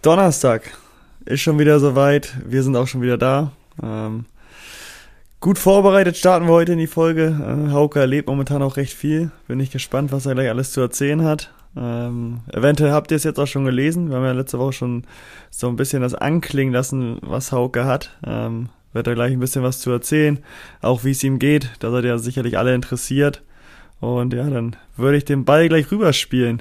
Donnerstag ist schon wieder soweit. Wir sind auch schon wieder da. Gut vorbereitet starten wir heute in die Folge. Hauke erlebt momentan auch recht viel. Bin ich gespannt, was er gleich alles zu erzählen hat. Eventuell habt ihr es jetzt auch schon gelesen. Wir haben ja letzte Woche schon so ein bisschen das anklingen lassen, was Hauke hat. Wird er gleich ein bisschen was zu erzählen. Auch wie es ihm geht. Da seid ihr sicherlich alle interessiert. Und ja, dann würde ich den Ball gleich rüberspielen.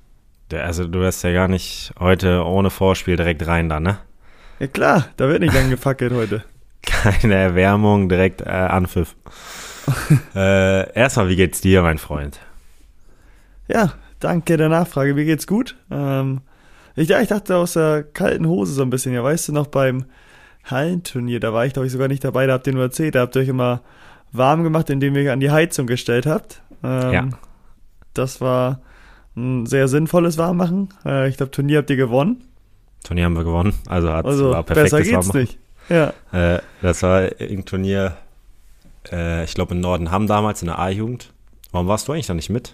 Also du wirst ja gar nicht heute ohne Vorspiel direkt rein da, ne? Ja klar, da wird nicht lang gefackelt heute. Keine Erwärmung, direkt Anpfiff. Erstmal, wie geht's dir, mein Freund? Ja, danke der Nachfrage. Mir geht's gut. Ich dachte aus der kalten Hose so ein bisschen. Ja, weißt du noch, beim Hallenturnier, da war ich glaube ich sogar nicht dabei, da habt ihr nur erzählt, da habt ihr euch immer warm gemacht, indem ihr an die Heizung gestellt habt. Ja. Das war ein sehr sinnvolles Warmmachen. Ich glaube, Turnier habt ihr gewonnen. Turnier haben wir gewonnen, war perfektes besser geht's Warmmachen. nicht. Ja. Das war ein Turnier, ich glaube in Nordenham damals, in der A-Jugend. Warum warst du eigentlich da nicht mit?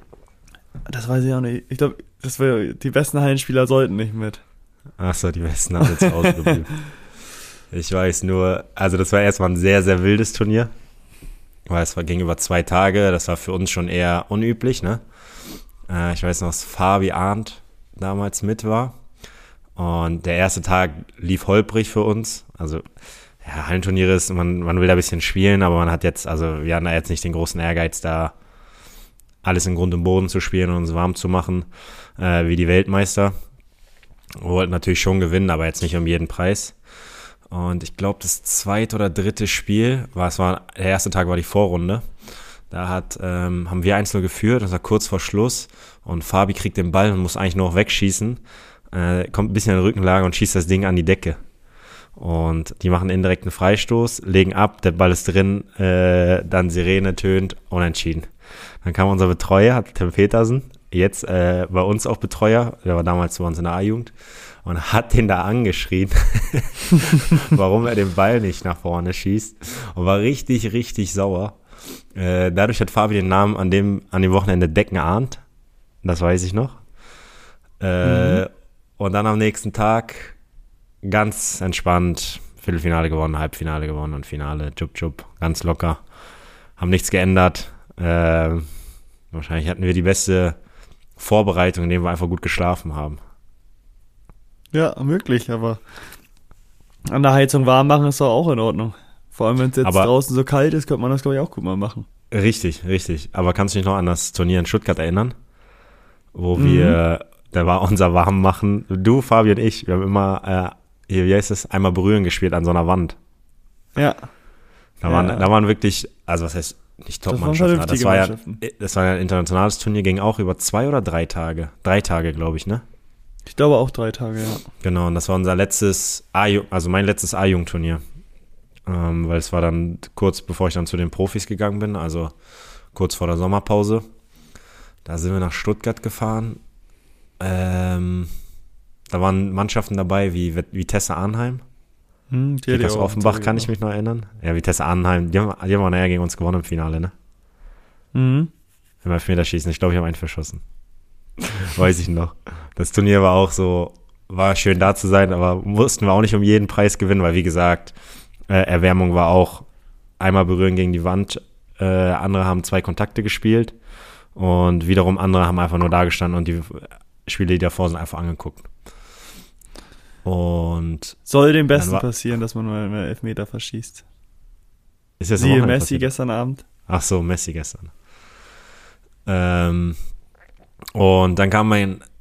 Das weiß ich auch nicht. Ich glaube, die besten Hallenspieler sollten nicht mit. Achso, die besten haben jetzt ausgeblieben. Ich weiß nur, also das war erstmal ein sehr, sehr wildes Turnier. Weil es ging über 2 Tage, das war für uns schon eher unüblich, ne? Ich weiß noch, dass Fabi Arndt damals mit war. Und der erste Tag lief holprig für uns. Also, ja, Hallenturniere ist, man will da ein bisschen spielen, aber wir hatten da jetzt nicht den großen Ehrgeiz, da alles in Grund und Boden zu spielen und uns warm zu machen, wie die Weltmeister. Wir wollten natürlich schon gewinnen, aber jetzt nicht um jeden Preis. Und ich glaube, das 2. oder 3. Spiel, der erste Tag war die Vorrunde. Da haben wir 1-0 geführt, das war kurz vor Schluss. Und Fabi kriegt den Ball und muss eigentlich nur noch wegschießen. Kommt ein bisschen in die Rückenlage und schießt das Ding an die Decke. Und die machen indirekt einen Freistoß, legen ab, der Ball ist drin, dann Sirene tönt, unentschieden. Dann kam unser Betreuer, Tim Petersen, jetzt bei uns auch Betreuer, der war damals bei uns in der A-Jugend, und hat den da angeschrien, warum er den Ball nicht nach vorne schießt, und war richtig, richtig sauer. Dadurch hat Fabi den Namen an dem Wochenende Decken Arndt, das weiß ich noch. Und dann am nächsten Tag ganz entspannt Viertelfinale gewonnen, Halbfinale gewonnen und Finale, Jupp, ganz locker. Haben nichts geändert. Wahrscheinlich hatten wir die beste Vorbereitung, indem wir einfach gut geschlafen haben. Ja, möglich, aber an der Heizung warm machen ist doch auch in Ordnung. Vor allem, wenn es jetzt draußen so kalt ist, könnte man das, glaube ich, auch gut mal machen. Richtig. Aber kannst du dich noch an das Turnier in Stuttgart erinnern? Wo da war unser Warmmachen, du, Fabi und ich, wir haben immer, wie heißt es, einmal berühren gespielt an so einer Wand. Ja. Da waren wirklich, also was heißt, nicht Top-Mannschaften, das war ja ein internationales Turnier, ging auch über 2 oder 3 Tage. 3 Tage, glaube ich, ne? Ich glaube auch 3 Tage, ja. Genau, und das war unser mein letztes A-Jugendturnier. Weil es war dann kurz bevor ich dann zu den Profis gegangen bin, also kurz vor der Sommerpause. Da sind wir nach Stuttgart gefahren. Da waren Mannschaften dabei wie Tessa Arnheim. Kickers Offenbach kann ich mich noch erinnern. Ja, wie Tessa Arnheim. Die haben nachher gegen uns gewonnen im Finale, ne? Im Elfmeterschießen. Ich glaube, ich habe einen verschossen. Weiß ich noch. Das Turnier war schön da zu sein, aber mussten wir auch nicht um jeden Preis gewinnen, weil wie gesagt, Erwärmung war auch einmal berühren gegen die Wand. Andere haben 2 Kontakte gespielt und wiederum andere haben einfach nur da gestanden und die Spiele, die davor sind, einfach angeguckt. Und soll dem Besten passieren, dass man mal einen Elfmeter verschießt. Ist das Siehe Messi passiert? Gestern Abend. Ach so, Messi gestern. Und dann kam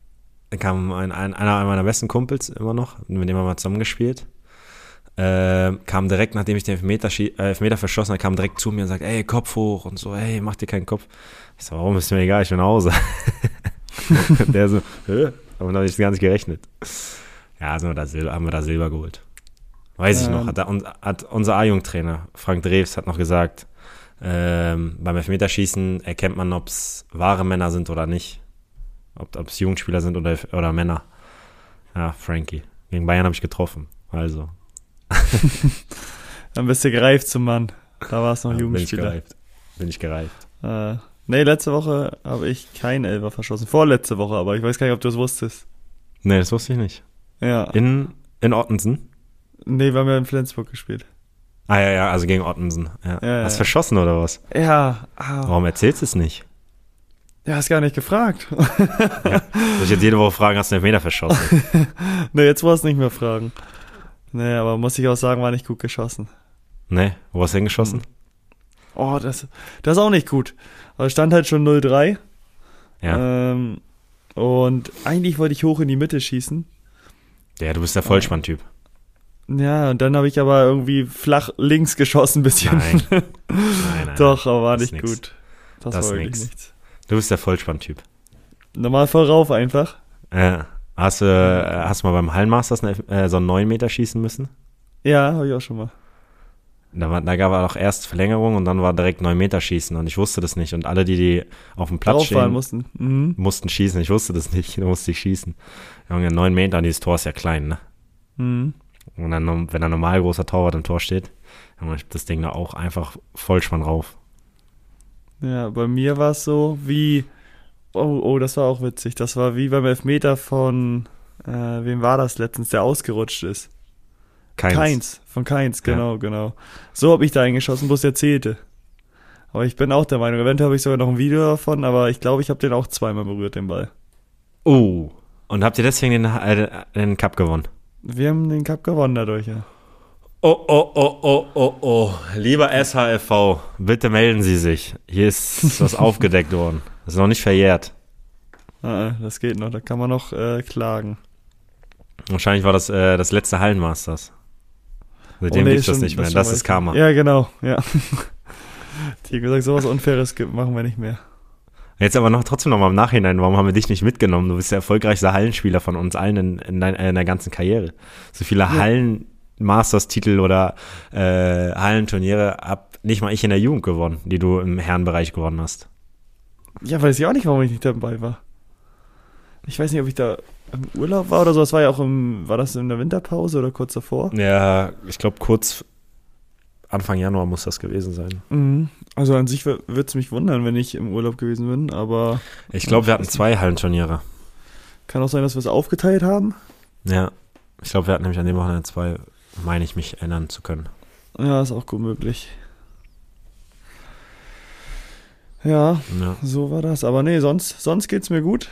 einer meiner besten Kumpels immer noch, mit dem haben wir zusammen gespielt. Kam direkt, nachdem ich den Elfmeter verschossen habe, kam direkt zu mir und sagt, ey, Kopf hoch und so, ey, mach dir keinen Kopf. Ich so, warum, ist mir egal, ich bin nach Hause. Und der so, aber da habe ich gar nicht gerechnet. Ja, haben wir da Silber geholt. Weiß ich noch, hat unser A-Jugendtrainer, Frank Drews, hat noch gesagt, beim Elfmeterschießen erkennt man, ob es wahre Männer sind oder nicht. Ob es Jugendspieler sind oder Männer. Ja, Frankie. Gegen Bayern habe ich getroffen, also. Dann bist du gereift zum Mann. Da war es noch Jugendspieler. Bin ich gereift. Nee, letzte Woche habe ich keinen Elfer verschossen. Vorletzte Woche, aber ich weiß gar nicht, ob du es wusstest. Nee, das wusste ich nicht. Ja. In Ottensen? Nee, wir haben ja in Flensburg gespielt. Ah ja, also gegen Ottensen. Ja. Ja, Hast du ja. verschossen oder was? Ja. Warum erzählst du es nicht? Ja, hast gar nicht gefragt. Ja. Soll ich jetzt jede Woche fragen, hast du einen Elfmeter verschossen? Nee, jetzt brauchst du nicht mehr fragen. Nee, aber muss ich auch sagen, war nicht gut geschossen. Nee, wo hast du hingeschossen? Oh, das ist auch nicht gut. Aber es stand halt schon 0-3. Ja. Und eigentlich wollte ich hoch in die Mitte schießen. Ja, du bist der Vollspann-Typ. Ja, und dann habe ich aber irgendwie flach links geschossen ein bisschen. Nein. Nein. Doch, aber war das nicht ist nix. gut. Das war ist wirklich nix. nichts. Du bist der Vollspann-Typ. Normal voll rauf einfach. Hast du mal beim Hallenmasters so einen 9 Meter schießen müssen? Ja, habe ich auch schon mal. Da gab es auch erst Verlängerung und dann war direkt 9 Meter schießen und ich wusste das nicht. Und alle, die auf dem Platz Drauffahren stehen, mussten. mussten schießen. Ich wusste das nicht, da musste ich schießen. Junge, 9 Meter und dieses Tor ist ja klein, ne? Mhm. Und dann, wenn ein normal großer Torwart im Tor steht, Junge, ich hab das Ding da auch einfach Vollspann rauf. Ja, bei mir war es so wie, oh, das war auch witzig. Das war wie beim Elfmeter von, wem war das letztens, der ausgerutscht ist? Von Keins, genau. So habe ich da eingeschossen, bloß der zählte. Aber ich bin auch der Meinung, eventuell habe ich sogar noch ein Video davon, aber ich glaube, ich habe den auch zweimal berührt, den Ball. Oh, und habt ihr deswegen den Cup gewonnen? Wir haben den Cup gewonnen dadurch, ja. Oh. Lieber SHFV, bitte melden Sie sich. Hier ist was aufgedeckt worden. Das ist noch nicht verjährt. Das geht noch, da kann man noch klagen. Wahrscheinlich war das letzte Hallenmasters. Seitdem gibt's das nicht mehr. Das ist Karma. Ja, genau, ja. Die haben gesagt, sowas Unfaires machen wir nicht mehr. Jetzt aber trotzdem noch mal im Nachhinein, warum haben wir dich nicht mitgenommen? Du bist der erfolgreichste Hallenspieler von uns allen in der ganzen Karriere. So viele Hallen-Masters-Titel oder Hallenturniere hab nicht mal ich in der Jugend gewonnen, die du im Herrenbereich gewonnen hast. Ja, weiß ich auch nicht, warum ich nicht dabei war. Ich weiß nicht, ob ich da im Urlaub war oder so. Das war ja auch war das in der Winterpause oder kurz davor? Ja, ich glaube kurz Anfang Januar muss das gewesen sein. Mhm. Also an sich würde es mich wundern, wenn ich im Urlaub gewesen bin, aber... Ich glaube, wir hatten 2 Hallenturniere. Kann auch sein, dass wir es aufgeteilt haben. Ja, ich glaube, wir hatten nämlich an dem Wochenende 2, meine ich mich erinnern zu können. Ja, ist auch gut möglich. Ja, so war das. Aber nee, sonst geht's mir gut.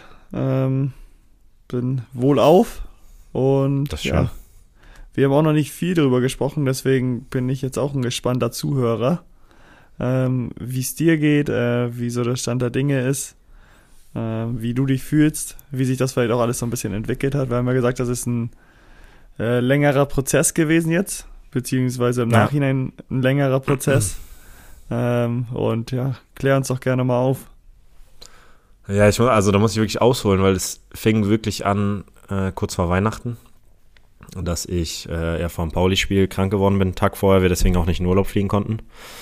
Bin wohlauf und das ist schön. Wir haben auch noch nicht viel drüber gesprochen, deswegen bin ich jetzt auch ein gespannter Zuhörer, wie es dir geht, wie so der Stand der Dinge ist, wie du dich fühlst, wie sich das vielleicht auch alles so ein bisschen entwickelt hat. Wir haben ja gesagt, das ist ein längerer Prozess gewesen jetzt, beziehungsweise im Nachhinein ein längerer Prozess. Und ja, klär uns doch gerne mal auf. Ja, da muss ich wirklich ausholen, weil es fing wirklich an kurz vor Weihnachten, dass ich vom Pauli-Spiel krank geworden bin, einen Tag vorher, wir deswegen auch nicht in Urlaub fliegen konnten.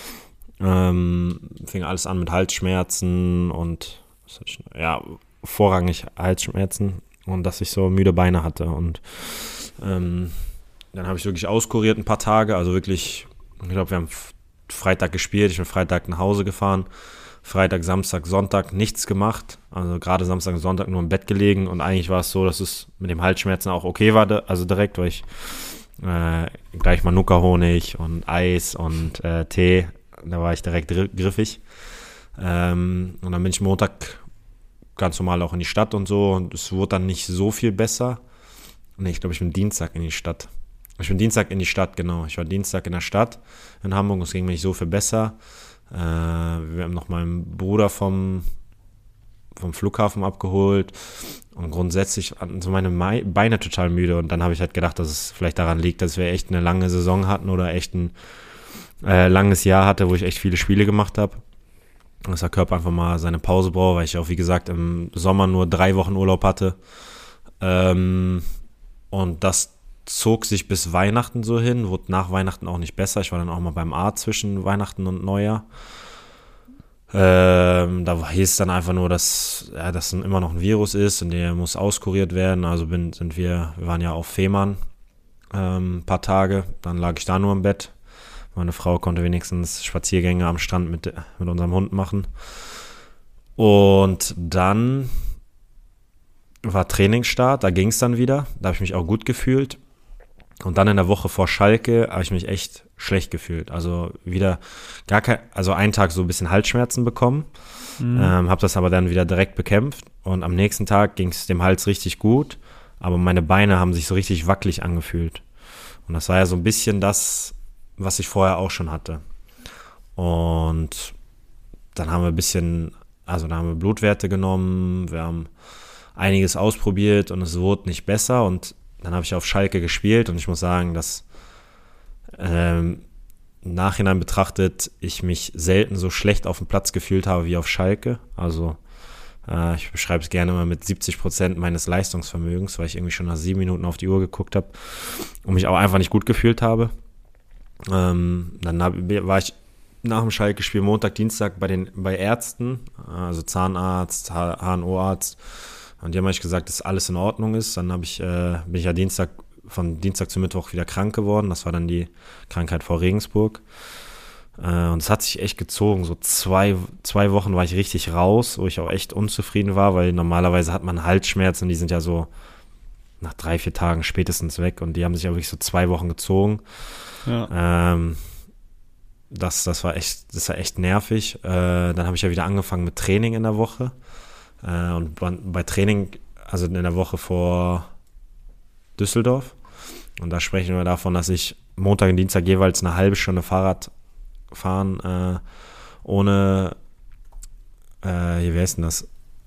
Fing alles an mit Halsschmerzen und vorrangig Halsschmerzen und dass ich so müde Beine hatte. Und dann habe ich wirklich auskuriert ein paar Tage, also wirklich, ich glaube, wir haben Freitag gespielt, ich bin Freitag nach Hause gefahren, Freitag, Samstag, Sonntag nichts gemacht, also gerade Samstag und Sonntag nur im Bett gelegen und eigentlich war es so, dass es mit dem Halsschmerzen auch okay war, also direkt, weil ich gleich Manuka-Honig und Eis und Tee, da war ich direkt griffig. Und dann bin ich Montag ganz normal auch in die Stadt und so und es wurde dann nicht so viel besser. Nee, ich glaube, ich bin Dienstag in die Stadt. Ich bin Dienstag in die Stadt, genau. Ich war Dienstag in der Stadt in Hamburg und es ging mir nicht so viel besser. Wir haben noch meinen Bruder vom Flughafen abgeholt und grundsätzlich waren so meine Beine total müde und dann habe ich halt gedacht, dass es vielleicht daran liegt, dass wir echt eine lange Saison hatten oder echt ein langes Jahr hatte, wo ich echt viele Spiele gemacht habe. Dass der Körper einfach mal seine Pause braucht, weil ich auch, wie gesagt, im Sommer nur 3 Wochen Urlaub hatte. Und das zog sich bis Weihnachten so hin, wurde nach Weihnachten auch nicht besser. Ich war dann auch mal beim Arzt zwischen Weihnachten und Neujahr. Da hieß es dann einfach nur, dass das immer noch ein Virus ist und der muss auskuriert werden. Also wir waren ja auf Fehmarn ein paar Tage, dann lag ich da nur im Bett. Meine Frau konnte wenigstens Spaziergänge am Strand mit unserem Hund machen. Und dann war Trainingsstart, da ging es dann wieder. Da habe ich mich auch gut gefühlt. Und dann in der Woche vor Schalke habe ich mich echt schlecht gefühlt. Also wieder also einen Tag so ein bisschen Halsschmerzen bekommen. Habe das aber dann wieder direkt bekämpft. Und am nächsten Tag ging es dem Hals richtig gut. Aber meine Beine haben sich so richtig wackelig angefühlt. Und das war ja so ein bisschen das, was ich vorher auch schon hatte. Und dann haben wir da haben wir Blutwerte genommen, wir haben einiges ausprobiert und es wurde nicht besser. Und dann habe ich auf Schalke gespielt und ich muss sagen, dass im Nachhinein betrachtet ich mich selten so schlecht auf dem Platz gefühlt habe wie auf Schalke. Also ich beschreibe es gerne immer mit 70% meines Leistungsvermögens, weil ich irgendwie schon nach 7 Minuten auf die Uhr geguckt habe und mich auch einfach nicht gut gefühlt habe. Dann war ich nach dem Schalke-Spiel Montag, Dienstag bei Ärzten, also Zahnarzt, HNO-Arzt. Und die haben eigentlich gesagt, dass alles in Ordnung ist. Dann bin ich ja von Dienstag zu Mittwoch wieder krank geworden. Das war dann die Krankheit vor Regensburg. Und es hat sich echt gezogen. So zwei Wochen war ich richtig raus, wo ich auch echt unzufrieden war, weil normalerweise hat man Halsschmerzen, die sind ja so nach 3-4 Tagen spätestens weg. Und die haben sich ja wirklich so 2 Wochen gezogen. Ja. Das war echt nervig. Dann habe ich ja wieder angefangen mit Training in der Woche. Und bei Training, also in der Woche vor Düsseldorf. Und da sprechen wir davon, dass ich Montag und Dienstag jeweils eine halbe Stunde Fahrrad fahren, ohne, wie heißt denn das?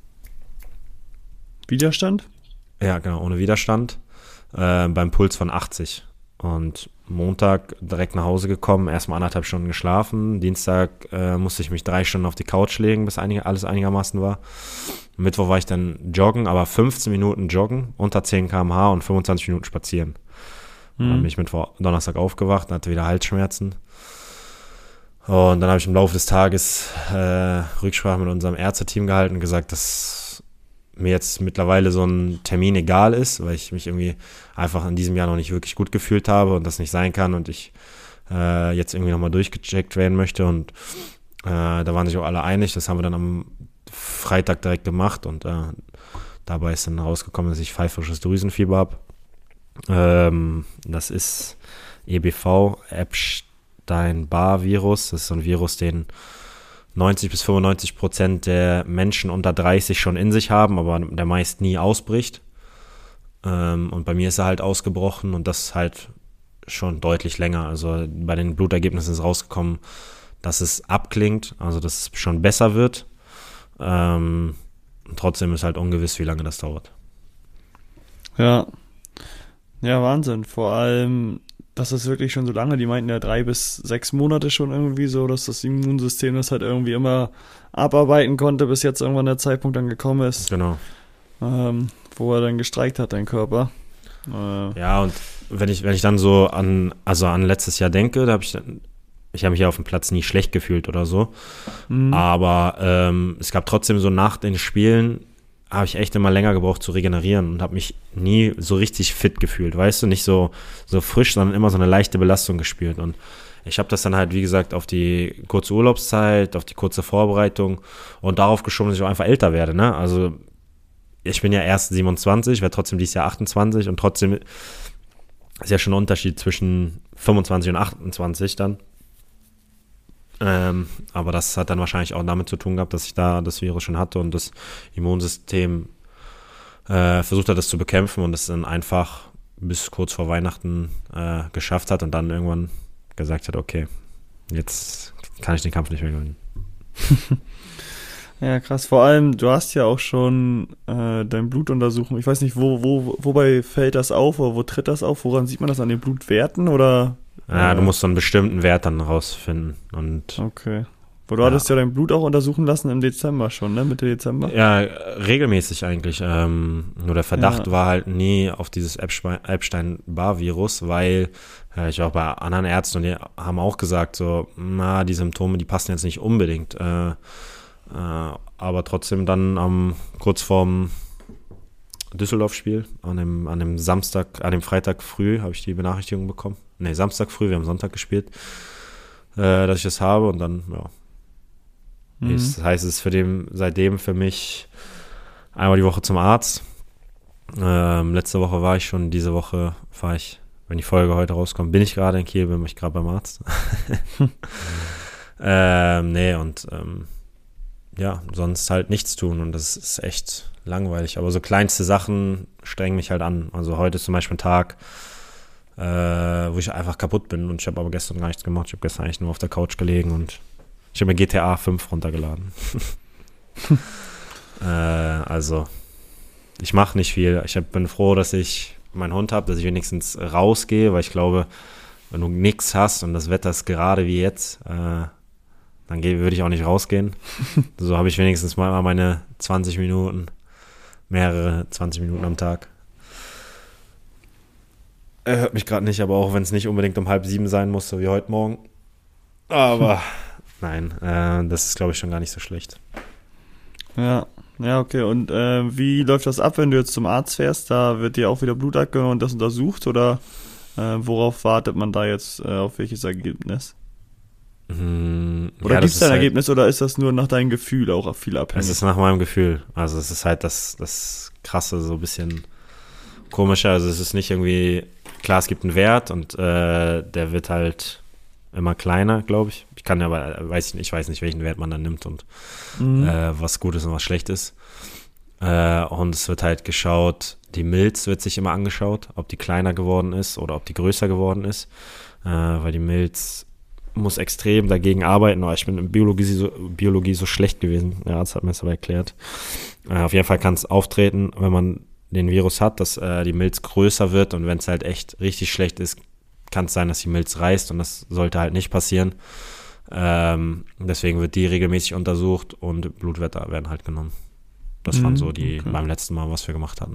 Widerstand? Ja, genau, ohne Widerstand, beim Puls von 80. Und Montag direkt nach Hause gekommen, erstmal 1,5 Stunden geschlafen. Dienstag musste ich mich 3 Stunden auf die Couch legen, bis alles einigermaßen war. Mittwoch war ich dann joggen, aber 15 Minuten joggen, unter 10 km/h und 25 Minuten spazieren. Dann bin ich Donnerstag aufgewacht und hatte wieder Halsschmerzen. Und dann habe ich im Laufe des Tages Rücksprache mit unserem Ärzteteam gehalten und gesagt, dass mir jetzt mittlerweile so ein Termin egal ist, weil ich mich irgendwie einfach in diesem Jahr noch nicht wirklich gut gefühlt habe und das nicht sein kann und ich jetzt irgendwie nochmal durchgecheckt werden möchte. Und da waren sich auch alle einig. Das haben wir dann am Freitag direkt gemacht und dabei ist dann rausgekommen, dass ich pfeiferisches Drüsenfieber habe. Das ist EBV, Epstein-Barr-Virus. Das ist so ein Virus, den 90-95% der Menschen unter 30 schon in sich haben, aber der meist nie ausbricht. Und bei mir ist er halt ausgebrochen und das halt schon deutlich länger. Also bei den Blutergebnissen ist rausgekommen, dass es abklingt, also dass es schon besser wird. Trotzdem ist halt ungewiss, wie lange das dauert. Ja, Wahnsinn. Vor allem, das ist wirklich schon so lange. Die meinten ja 3 bis 6 Monate schon irgendwie so, dass das Immunsystem das halt irgendwie immer abarbeiten konnte, bis jetzt irgendwann der Zeitpunkt dann gekommen ist. Genau. Wo er dann gestreikt hat, dein Körper. Ja, und wenn ich dann so an letztes Jahr denke, da habe ich habe mich ja auf dem Platz nie schlecht gefühlt oder so. Aber es gab trotzdem so nach den Spielen, habe ich echt immer länger gebraucht zu regenerieren und habe mich nie so richtig fit gefühlt, weißt du, nicht so frisch, sondern immer so eine leichte Belastung gespürt. Und ich habe das dann halt, wie gesagt, auf die kurze Urlaubszeit, auf die kurze Vorbereitung und darauf geschoben, dass ich auch einfach älter werde, ne? Also ich bin ja erst 27, werde trotzdem dieses Jahr 28 und trotzdem ist ja schon ein Unterschied zwischen 25 und 28 dann. Aber das hat dann wahrscheinlich auch damit zu tun gehabt, dass ich da das Virus schon hatte und das Immunsystem versucht hat, das zu bekämpfen und es dann einfach bis kurz vor Weihnachten geschafft hat und dann irgendwann gesagt hat, okay, jetzt kann ich den Kampf nicht mehr gewinnen. Ja, krass. Vor allem, du hast ja auch schon dein Blut untersuchen. Ich weiß nicht, wobei fällt das auf oder wo tritt das auf? Woran sieht man das, an den Blutwerten oder? Ja, du musst so einen bestimmten Wert dann rausfinden. Und okay. Weil du hattest ja dein Blut auch untersuchen lassen im Dezember schon, ne? Mitte Dezember? Ja, regelmäßig eigentlich. Nur der Verdacht war halt nie auf dieses Epstein-Barr-Virus, weil ich war auch bei anderen Ärzten und die haben auch gesagt, so, die Symptome, die passen jetzt nicht unbedingt. Aber trotzdem dann kurz vorm Düsseldorf-Spiel, an dem Freitag früh habe ich die Benachrichtigung bekommen. Ne, Samstag früh, wir haben Sonntag gespielt, dass ich das habe und dann, ja. Das heißt, es ist seitdem für mich einmal die Woche zum Arzt Letzte Woche war ich schon, diese Woche fahre ich, wenn die Folge heute rauskommt, bin ich gerade in Kiel, bin ich gerade beim Arzt. Ja, sonst halt nichts tun und das ist echt langweilig. Aber so kleinste Sachen strengen mich halt an. Also heute ist zum Beispiel ein Tag, wo ich einfach kaputt bin und ich habe aber gestern gar nichts gemacht. Ich habe gestern eigentlich nur auf der Couch gelegen und ich habe mir GTA 5 runtergeladen. Also ich mache nicht viel. Bin froh, dass ich meinen Hund habe, dass ich wenigstens rausgehe, weil ich glaube, wenn du nichts hast und das Wetter ist gerade wie jetzt, dann würde ich auch nicht rausgehen. So habe ich wenigstens mal meine 20 Minuten, mehrere 20 Minuten am Tag. Er hört mich gerade nicht, aber auch wenn es nicht unbedingt um 6:30 sein muss, so wie heute Morgen. Aber nein, das ist, glaube ich, schon gar nicht so schlecht. Ja, okay. Und wie läuft das ab, wenn du jetzt zum Arzt fährst? Da wird dir auch wieder Blut abgenommen und das untersucht? Oder worauf wartet man da jetzt, auf welches Ergebnis? Oder gibt es da ein Ergebnis oder ist das nur nach deinem Gefühl auch viel abhängig? Es ist nach meinem Gefühl. Also es ist halt das Krasse, so ein bisschen komischer. Also es ist nicht irgendwie, klar, es gibt einen Wert und der wird halt immer kleiner, glaube ich. Ich weiß nicht, welchen Wert man dann nimmt und was gut ist und was schlecht ist. Und es wird halt geschaut, die Milz wird sich immer angeschaut, ob die kleiner geworden ist oder ob die größer geworden ist. Weil die Milz muss extrem dagegen arbeiten. Ich bin in Biologie so schlecht gewesen. Der Arzt hat mir das aber erklärt. Auf jeden Fall kann es auftreten, wenn man den Virus hat, dass die Milz größer wird und wenn es halt echt richtig schlecht ist, kann es sein, dass die Milz reißt und das sollte halt nicht passieren. Deswegen wird die regelmäßig untersucht und Blutwerte werden halt genommen. Das waren so die beim letzten Mal, was wir gemacht hatten.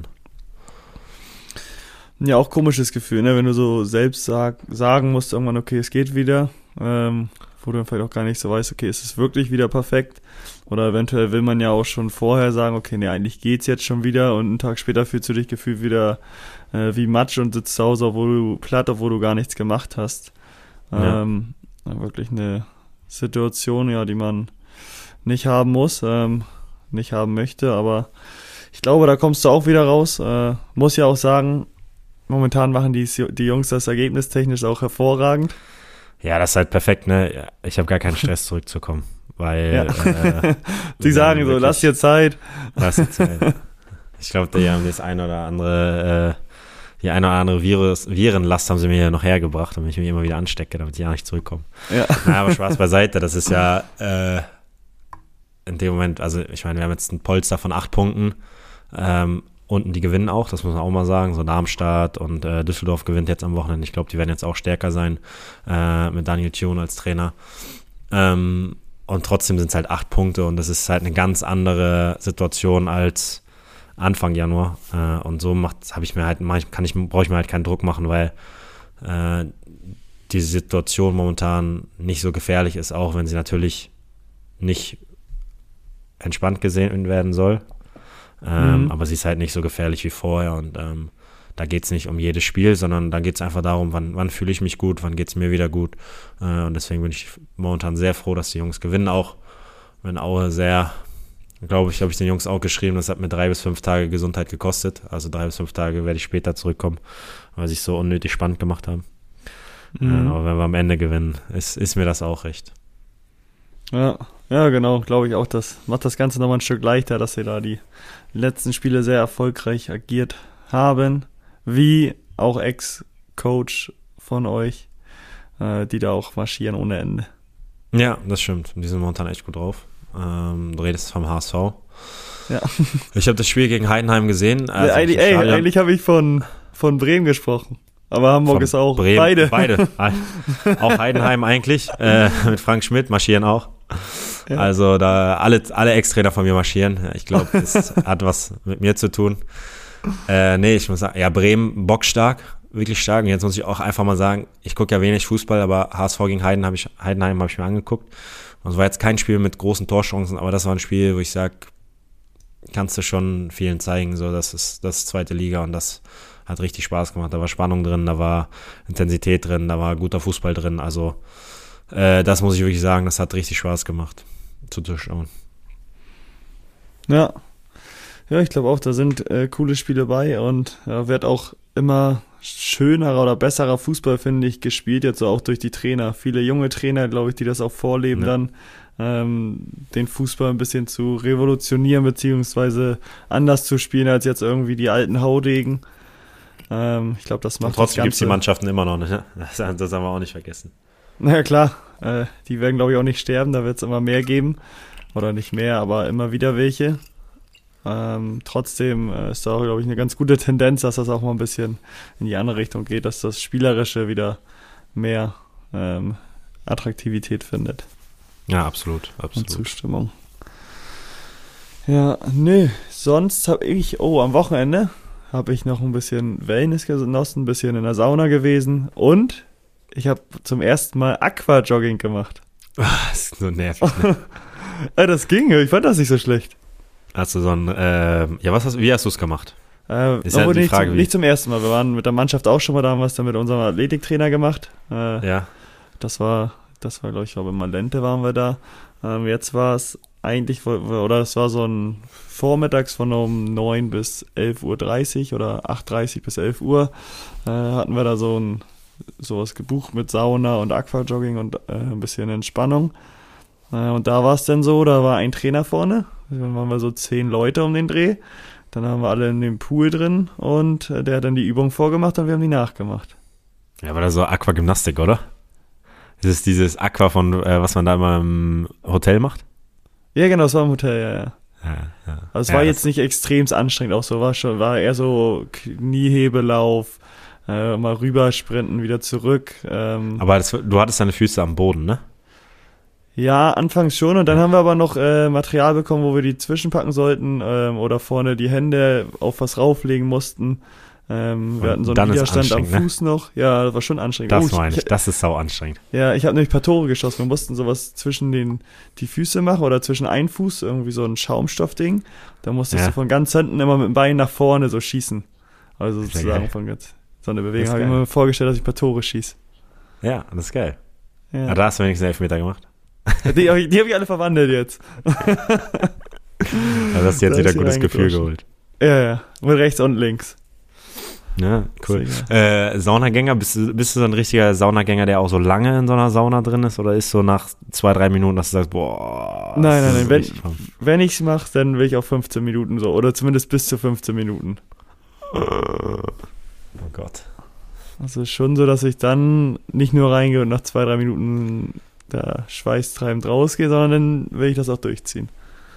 Ja, auch komisches Gefühl, ne? Wenn du so selbst sagen musst irgendwann, okay, es geht wieder, wo du dann vielleicht auch gar nicht so weißt, okay, ist es wirklich wieder perfekt? Oder eventuell will man ja auch schon vorher sagen, okay, nee, eigentlich geht's jetzt schon wieder und einen Tag später fühlst du dich gefühlt wieder wie Matsch und sitzt zu Hause, obwohl du gar nichts gemacht hast. Wirklich eine Situation, ja, die man nicht haben muss, nicht haben möchte, aber ich glaube, da kommst du auch wieder raus. Muss ja auch sagen, momentan machen die Jungs das ergebnistechnisch auch hervorragend. Ja, das ist halt perfekt, ne? Ich habe gar keinen Stress zurückzukommen, weil sie sagen so, lass dir Zeit. Ich glaube, die haben die eine oder andere Virenlast haben sie mir ja noch hergebracht, damit ich mich immer wieder anstecke, damit ich ja nicht zurückkomme. Ja. Na, aber Spaß beiseite, das ist ja in dem Moment, also ich meine, wir haben jetzt ein Polster von 8 Punkten, unten die gewinnen auch, das muss man auch mal sagen, so Darmstadt und Düsseldorf gewinnt jetzt am Wochenende, ich glaube, die werden jetzt auch stärker sein, mit Daniel Thune als Trainer, und trotzdem sind es halt 8 Punkte und das ist halt eine ganz andere Situation als Anfang Januar, und so brauche ich mir halt keinen Druck machen, weil die Situation momentan nicht so gefährlich ist, auch wenn sie natürlich nicht entspannt gesehen werden soll. Aber sie ist halt nicht so gefährlich wie vorher und da geht es nicht um jedes Spiel, sondern da geht es einfach darum, wann fühle ich mich gut, wann geht es mir wieder gut, und deswegen bin ich momentan sehr froh, dass die Jungs gewinnen, auch wenn Aue sehr, glaube ich, habe ich den Jungs auch geschrieben, das hat mir 3 bis 5 Tage Gesundheit gekostet, also 3 bis 5 Tage werde ich später zurückkommen, weil sie es so unnötig spannend gemacht haben. Aber wenn wir am Ende gewinnen, ist mir das auch recht. Ja, genau, glaube ich auch, das macht das Ganze nochmal ein Stück leichter, dass sie da die letzten Spiele sehr erfolgreich agiert haben, wie auch Ex-Coach von euch, die da auch marschieren ohne Ende. Ja, das stimmt, die sind momentan echt gut drauf. Du redest vom HSV. Ja. Ich habe das Spiel gegen Heidenheim gesehen. Also eigentlich habe ich von Bremen gesprochen. Aber Hamburg ist auch Bremen, beide. Auch Heidenheim eigentlich, mit Frank Schmidt marschieren auch. Ja. Also da alle Ex-Trainer von mir marschieren. Ich glaube, das hat was mit mir zu tun. Ich muss sagen, ja, Bremen bockstark, wirklich stark. Und jetzt muss ich auch einfach mal sagen, ich gucke ja wenig Fußball, aber HSV gegen Heidenheim habe ich mir angeguckt. Und es war jetzt kein Spiel mit großen Torchancen, aber das war ein Spiel, wo ich sage, kannst du schon vielen zeigen, so das ist zweite Liga und das hat richtig Spaß gemacht. Da war Spannung drin, da war Intensität drin, da war guter Fußball drin. Also das muss ich wirklich sagen, das hat richtig Spaß gemacht zuzuschauen. Ja, Ja, ich glaube auch, da sind coole Spiele bei und wird auch immer schönerer oder besserer Fußball, finde ich, gespielt, jetzt so auch durch die Trainer. Viele junge Trainer, glaube ich, die das auch vorleben, dann den Fußball ein bisschen zu revolutionieren, beziehungsweise anders zu spielen als jetzt irgendwie die alten Haudegen. Ich glaube, das macht und trotzdem gibt es die Ganze. Mannschaften immer noch, ne? Das haben wir auch nicht vergessen. Na ja, klar, die werden, glaube ich, auch nicht sterben, da wird es immer mehr geben. Oder nicht mehr, aber immer wieder welche. Trotzdem ist da, glaube ich, eine ganz gute Tendenz, dass das auch mal ein bisschen in die andere Richtung geht, dass das Spielerische wieder mehr Attraktivität findet. Ja, absolut. Und Zustimmung. Ja, nö, sonst habe ich, am Wochenende habe ich noch ein bisschen Wellness genossen, ein bisschen in der Sauna gewesen und ich habe zum ersten Mal Aquajogging gemacht. Das ist so nervig, ne? Das ging, ich fand das nicht so schlecht. Hast du so ein, wie hast du es gemacht? Ist ja die Frage, nicht zum ersten Mal. Wir waren mit der Mannschaft auch schon mal da, haben wir es dann mit unserem Athletiktrainer gemacht. Ja. Das war, glaube ich, in Malente waren wir da. Jetzt war es eigentlich, oder es war so ein vormittags von um 9 bis 11.30 Uhr oder 8.30 bis 11 Uhr hatten wir da sowas gebucht mit Sauna und Aquajogging und ein bisschen Entspannung. Und da war es dann so, da war ein Trainer vorne, dann waren wir so 10 Leute um den Dreh, dann haben wir alle in dem Pool drin und der hat dann die Übung vorgemacht und wir haben die nachgemacht. Ja, war das so Aquagymnastik, oder? Das ist dieses Aqua von, was man da immer im Hotel macht? Ja, genau, das war im Hotel, ja. Ja. Also es war jetzt nicht extrem anstrengend, auch so war eher so Kniehebelauf, mal rübersprinten, wieder zurück. Aber du hattest deine Füße am Boden, ne? Ja, anfangs schon und dann haben wir aber noch Material bekommen, wo wir die zwischenpacken sollten oder vorne die Hände auf was rauflegen mussten. Wir hatten so einen Widerstand am Fuß noch. Ja, das war schon anstrengend. Das meine ich, das ist sau anstrengend. Ja, ich habe nämlich ein paar Tore geschossen. Wir mussten sowas zwischen die Füße machen oder zwischen einen Fuß, irgendwie so ein Schaumstoffding. Da musstest du von ganz hinten immer mit dem Bein nach vorne so schießen. Also sozusagen von ganz so eine Bewegung. Habe ich mir vorgestellt, dass ich ein paar Tore schieße. Ja, das ist geil. Ja. Da hast du wenigstens 11 Meter gemacht. Die habe ich alle verwandelt jetzt. Da hast du jetzt wieder ein gutes Gefühl geholt. Ja, mit rechts und links. Ja, cool. Saunagänger, bist du so ein richtiger Saunagänger, der auch so lange in so einer Sauna drin ist? Oder ist so nach 2-3 Minuten, dass du sagst, boah. Nein. Wenn ich es mache, dann will ich auch 15 Minuten so. Oder zumindest bis zu 15 Minuten. Oh Gott. Also schon so, dass ich dann nicht nur reingehe und nach 2-3 Minuten da schweißtreibend rausgehe, sondern dann will ich das auch durchziehen.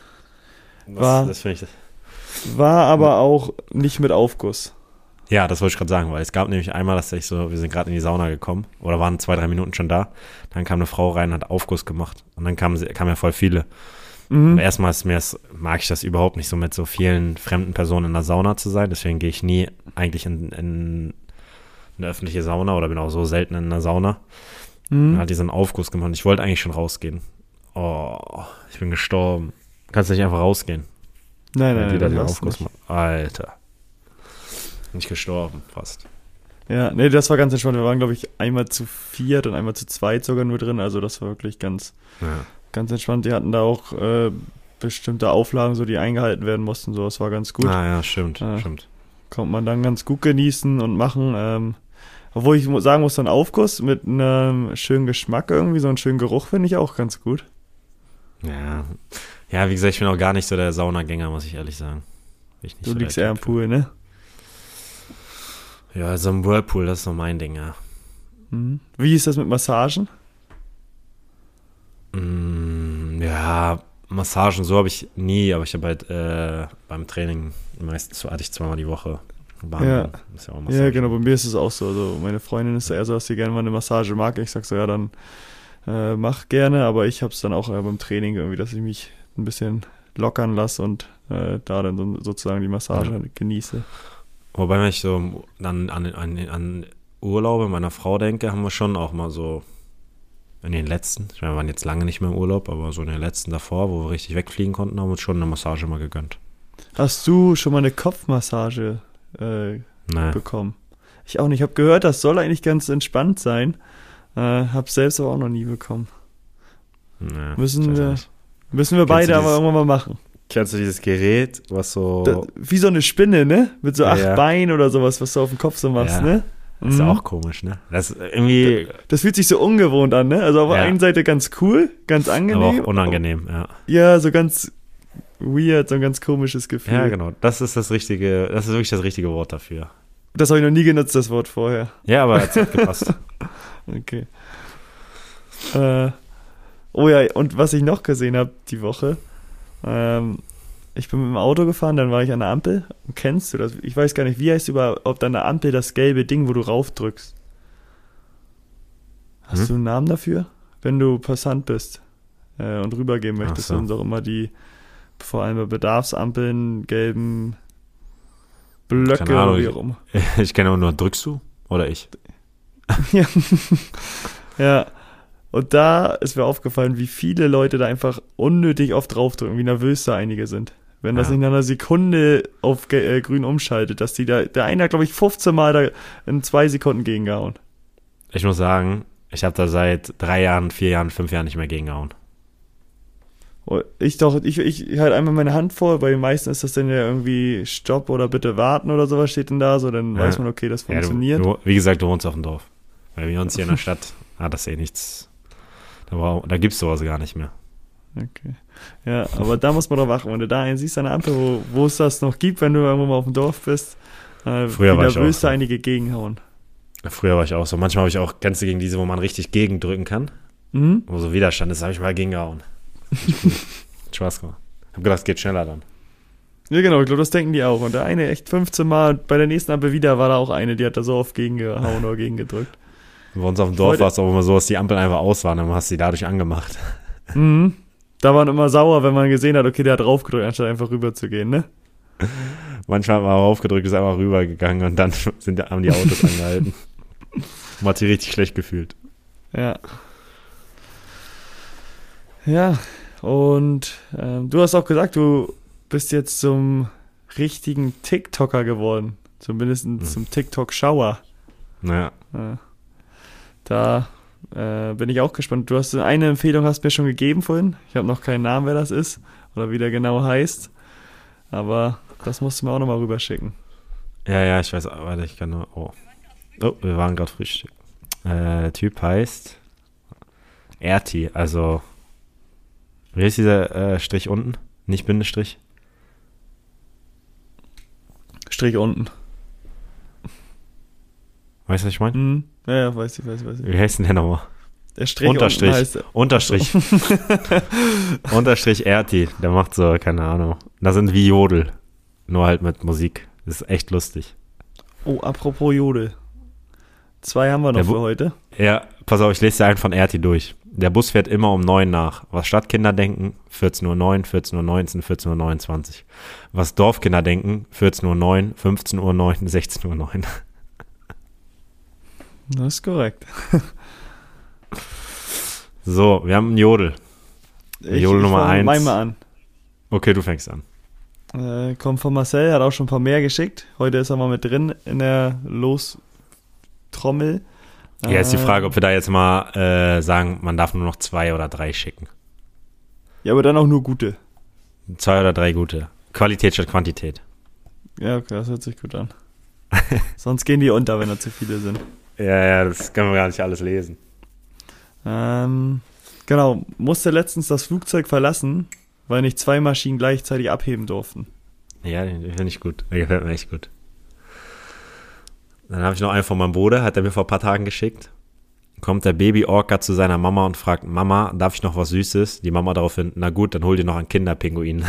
Das finde ich. War aber auch nicht mit Aufguss. Ja, das wollte ich gerade sagen, weil es gab nämlich einmal, dass wir sind gerade in die Sauna gekommen oder waren 2-3 Minuten schon da. Dann kam eine Frau rein, hat Aufguss gemacht und dann kamen ja voll viele. Und erstmal mag ich das überhaupt nicht, so mit so vielen fremden Personen in der Sauna zu sein. Deswegen gehe ich nie eigentlich in eine öffentliche Sauna oder bin auch so selten in einer Sauna. Dann hat die so einen Aufguss gemacht. Ich wollte eigentlich schon rausgehen. Oh, ich bin gestorben. Kannst nicht einfach rausgehen. Nein, das Aufguss macht. Alter. Nicht gestorben, fast. Ja, nee, das war ganz entspannt. Wir waren, glaube ich, einmal zu 4 und einmal zu 2 sogar nur drin. Also das war wirklich ganz entspannt. Die hatten da auch bestimmte Auflagen, so die eingehalten werden mussten. So, das war ganz gut. Ah ja, stimmt. Konnte man dann ganz gut genießen und machen. Obwohl ich sagen muss, so ein Aufguss mit einem schönen Geschmack irgendwie, so einen schönen Geruch finde ich auch ganz gut. Ja, wie gesagt, ich bin auch gar nicht so der Saunagänger, muss ich ehrlich sagen. Du liegst eher im Pool, ne? Ja, so ein Whirlpool, das ist so mein Ding, ja. Wie ist das mit Massagen? Ja, Massagen, so habe ich nie, aber ich habe halt beim Training meistens hatte ich 2-mal die Woche Behandlung. Ja, genau, bei mir ist es auch so. Also meine Freundin ist eher so, dass sie gerne mal eine Massage mag. Ich sag so, ja, dann mach gerne, aber ich habe es dann auch beim Training irgendwie, dass ich mich ein bisschen lockern lasse und da dann sozusagen die Massage genieße. Wobei, wenn ich so dann an Urlaube meiner Frau denke, haben wir schon auch mal so in den letzten, ich meine, wir waren jetzt lange nicht mehr im Urlaub, aber so in den letzten davor, wo wir richtig wegfliegen konnten, haben wir uns schon eine Massage mal gegönnt. Hast du schon mal eine Kopfmassage bekommen? Ich auch nicht. Ich habe gehört, das soll eigentlich ganz entspannt sein. Hab selbst aber auch noch nie bekommen. Nee, müssen wir beide aber irgendwann mal machen. Kennst du dieses Gerät, was so... Wie so eine Spinne, ne? Mit so 8 Ja. Beinen oder sowas, was du auf dem Kopf so machst, Ja. ne? Das ist auch komisch, ne? Das ist irgendwie... Das fühlt sich so ungewohnt an, ne? Also auf der Ja. einen Seite ganz cool, ganz angenehm. Aber auch unangenehm, ja. Ja, so ganz weird, so ein ganz komisches Gefühl. Ja, genau. Das ist wirklich das richtige Wort dafür. Das habe ich noch nie genutzt, das Wort vorher. Ja, aber es hat gepasst. Okay. Oh ja, und was ich noch gesehen habe die Woche, ich bin mit dem Auto gefahren, dann war ich an der Ampel. Kennst du das? Ich weiß gar nicht, wie heißt überhaupt an der Ampel das gelbe Ding, wo du raufdrückst? Hast du einen Namen dafür? Wenn du Passant bist und rübergehen möchtest, Ach so. sind doch immer die, vor allem bei Bedarfsampeln, gelben Blöcke Keine Ahnung, oder wie auch immer. Ich kenne auch nur, drückst du? Oder ich? Ja. Ja. Und da ist mir aufgefallen, wie viele Leute da einfach unnötig oft draufdrücken, wie nervös da einige sind. Wenn das Ja. nicht nach einer Sekunde auf grün umschaltet, dass die da, der eine hat, glaube ich, 15 Mal da in 2 Sekunden gegengehauen. Ich muss sagen, ich habe da seit 3 Jahren, 4 Jahren, 5 Jahren nicht mehr gegengehauen. Ich halte einmal meine Hand vor, bei den meisten ist das dann ja irgendwie Stopp oder bitte warten oder sowas steht denn da, so dann Ja. weiß man, okay, das funktioniert. Ja, wie gesagt, du wohnst auf dem Dorf. Weil wir uns hier in der Stadt, das ist eh nichts. Da gibt es sowas gar nicht mehr. Okay. Ja, aber da muss man drauf achten, wenn du da einen siehst an der Ampel, wo es das noch gibt, wenn du irgendwo mal auf dem Dorf bist, Früher wie war ich nervös auch so. da einige gegenhauen. Früher war ich auch so. Manchmal habe ich auch, kennst du gegen diese, wo man richtig gegendrücken kann? Mhm. Wo so Widerstand ist, habe ich mal gegengehauen. Hat Spaß gemacht. Ich habe gedacht, es geht schneller dann. Ja, genau, ich glaube, das denken die auch. Und der eine echt 15 Mal, bei der nächsten Ampel wieder war da auch eine, die hat da so oft gegengehauen oder gegengedrückt. Bei uns auf dem Dorf Heute- war es auch immer so, dass die Ampeln einfach aus waren, dann hast du die dadurch angemacht. Mhm. Da waren immer sauer, wenn man gesehen hat, okay, der hat draufgedrückt, anstatt einfach rüber zu gehen, ne? Manchmal hat man auch aufgedrückt, ist einfach rübergegangen und dann haben die Autos angehalten. Man hat sich richtig schlecht gefühlt. Ja. Ja, und du hast auch gesagt, du bist jetzt zum richtigen TikToker geworden. Zumindest zum TikTok-Schauer. Naja, Da bin ich auch gespannt. Du hast eine Empfehlung hast mir schon gegeben vorhin. Ich habe noch keinen Namen, wer das ist oder wie der genau heißt. Aber das musst du mir auch nochmal rüberschicken. ja, ich weiß, warte, ich kann nur, oh, wir waren gerade frühstück. Der Typ heißt Erti, also, wie ist dieser Strich unten? Nicht Bindestrich? Strich unten. Weißt du, was ich meine? Mhm. Ja, weiß ich. Wie heißt denn der nochmal? Der Strich Unterstrich. unten heißt er. Unterstrich. Unterstrich Erti, der macht so, keine Ahnung. Das sind wie Jodel, nur halt mit Musik. Das ist echt lustig. Oh, apropos Jodel. 2 haben wir noch Der für heute. Ja, pass auf, ich lese dir einen von Erti durch. Der Bus fährt immer um 9 nach. Was Stadtkinder denken, 14:09 Uhr, 14:19 Uhr, 14:29 Uhr. Was Dorfkinder denken, 14:09 Uhr, 15:09 Uhr, 16:09 Uhr. Das ist korrekt. So, wir haben einen Jodel. Jodel Nummer fang 1. mit meinem mal an. Okay, du fängst an. Kommt von Marcel, hat auch schon ein paar mehr geschickt. Heute ist er mal mit drin in der Lostrommel. Ja, ist die Frage, ob wir da jetzt mal sagen, man darf nur noch 2 oder 3 schicken. Ja, aber dann auch nur gute. 2 oder 3 gute. Qualität statt Quantität. Ja, okay, das hört sich gut an. Sonst gehen die unter, wenn da zu viele sind. Ja, das können wir gar nicht alles lesen. Genau, musste letztens das Flugzeug verlassen, weil nicht 2 Maschinen gleichzeitig abheben durften. Ja, den finde ich gut. Der gefällt mir echt gut. Dann habe ich noch einen von meinem Bruder, hat er mir vor ein paar Tagen geschickt. Kommt der Baby-Orca zu seiner Mama und fragt, Mama, darf ich noch was Süßes? Die Mama daraufhin, na gut, dann hol dir noch einen Kinderpinguin.